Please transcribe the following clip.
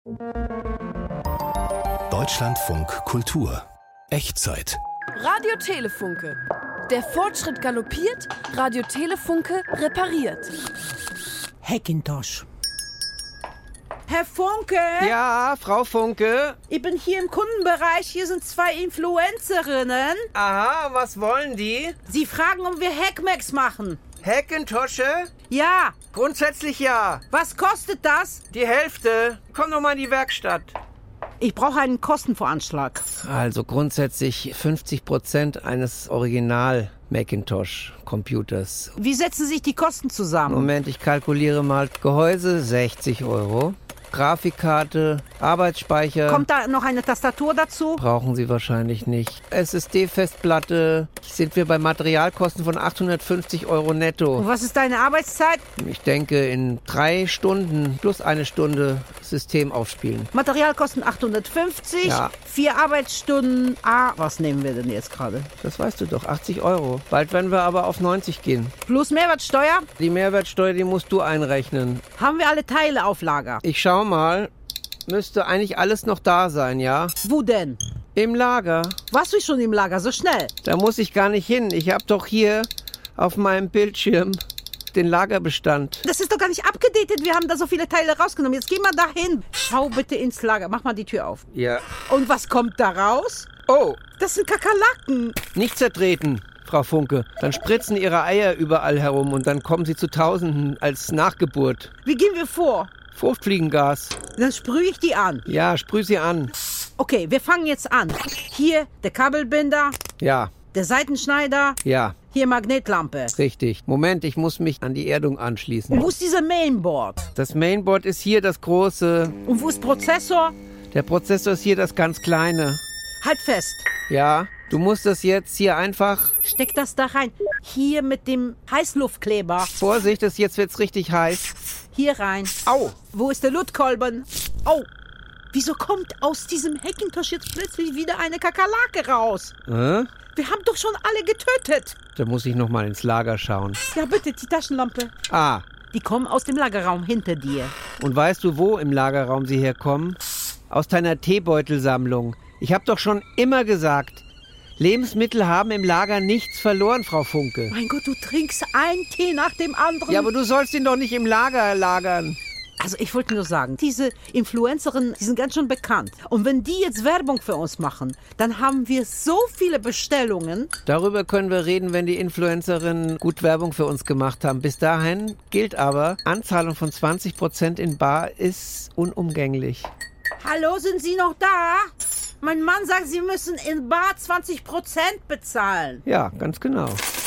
Deutschlandfunk Kultur. Echtzeit. Radio Telefunke. Der Fortschritt galoppiert, Radio Telefunke repariert. Hackintosh. Herr Funke? Ja, Frau Funke? Ich bin hier im Kundenbereich. Hier sind 2 Influencerinnen. Aha, was wollen die? Sie fragen, ob wir Hackmax machen. Hackintosche? Ja. Grundsätzlich ja. Was kostet das? Die Hälfte. Komm doch mal in die Werkstatt. Ich brauche einen Kostenvoranschlag. Also grundsätzlich 50% eines Original-Macintosh-Computers. Wie setzen sich die Kosten zusammen? Moment, ich kalkuliere mal. Gehäuse 60 €. Grafikkarte, Arbeitsspeicher. Kommt da noch eine Tastatur dazu? Brauchen Sie wahrscheinlich nicht. SSD-Festplatte. Sind wir bei Materialkosten von 850 € netto. Und was ist deine Arbeitszeit? Ich denke, in 3 Stunden plus 1 Stunde System aufspielen. Materialkosten 850, Ja. 4 Arbeitsstunden. Was nehmen wir denn jetzt gerade? Das weißt du doch, 80 €. Bald werden wir aber auf 90 gehen. Plus Mehrwertsteuer? Die Mehrwertsteuer, die musst du einrechnen. Haben wir alle Teile auf Lager? Ich schau mal. Müsste eigentlich alles noch da sein, ja? Wo denn? Im Lager. Warst du schon im Lager so schnell? Da muss ich gar nicht hin. Ich habe doch hier auf meinem Bildschirm den Lagerbestand. Das ist doch gar nicht abgedatet. Wir haben da so viele Teile rausgenommen. Jetzt geh mal dahin. Schau bitte ins Lager. Mach mal die Tür auf. Ja. Und was kommt da raus? Oh, Das sind Kakerlaken. nicht zertreten, Frau Funke. Dann spritzen ihre Eier überall herum und dann kommen sie zu Tausenden als Nachgeburt. Wie gehen wir vor? Fruchtfliegengas. Dann sprühe ich die an. Ja, sprüh sie an. Okay, wir fangen jetzt an. Hier der Kabelbinder, Ja, der Seitenschneider, ja, hier Magnetlampe. richtig. Moment, ich muss mich an die Erdung anschließen. Und wo ist dieser Mainboard? Das Mainboard ist hier das große. Und wo ist Prozessor? Der Prozessor ist hier das ganz kleine. Halt fest. Ja, du musst das jetzt hier einfach... Steck das da rein. Hier mit dem Heißluftkleber. Vorsicht, jetzt wird's richtig heiß. Hier rein. Au! Wo ist der Lutkolben? Oh, wieso kommt aus diesem Hackintosh jetzt plötzlich wieder eine Kakerlake raus? Hä? Wir haben doch schon alle getötet. Da muss ich noch mal ins Lager schauen. Ja, bitte, die Taschenlampe. Ah, Die kommen aus dem Lagerraum hinter dir. und weißt du, wo im Lagerraum sie herkommen? Aus deiner Teebeutelsammlung. Ich habe doch schon immer gesagt, Lebensmittel haben im Lager nichts verloren, Frau Funke. Mein Gott, du trinkst einen Tee nach dem anderen. Ja, aber du sollst ihn doch nicht im Lager lagern. Also ich wollte nur sagen, diese Influencerinnen, die sind ganz schön bekannt. Und wenn die jetzt Werbung für uns machen, dann haben wir so viele Bestellungen. Darüber können wir reden, wenn die Influencerinnen gut Werbung für uns gemacht haben. Bis dahin gilt aber, Anzahlung von 20% in bar ist unumgänglich. Hallo, sind Sie noch da? Mein Mann sagt, Sie müssen in bar 20% bezahlen. Ja, ganz genau.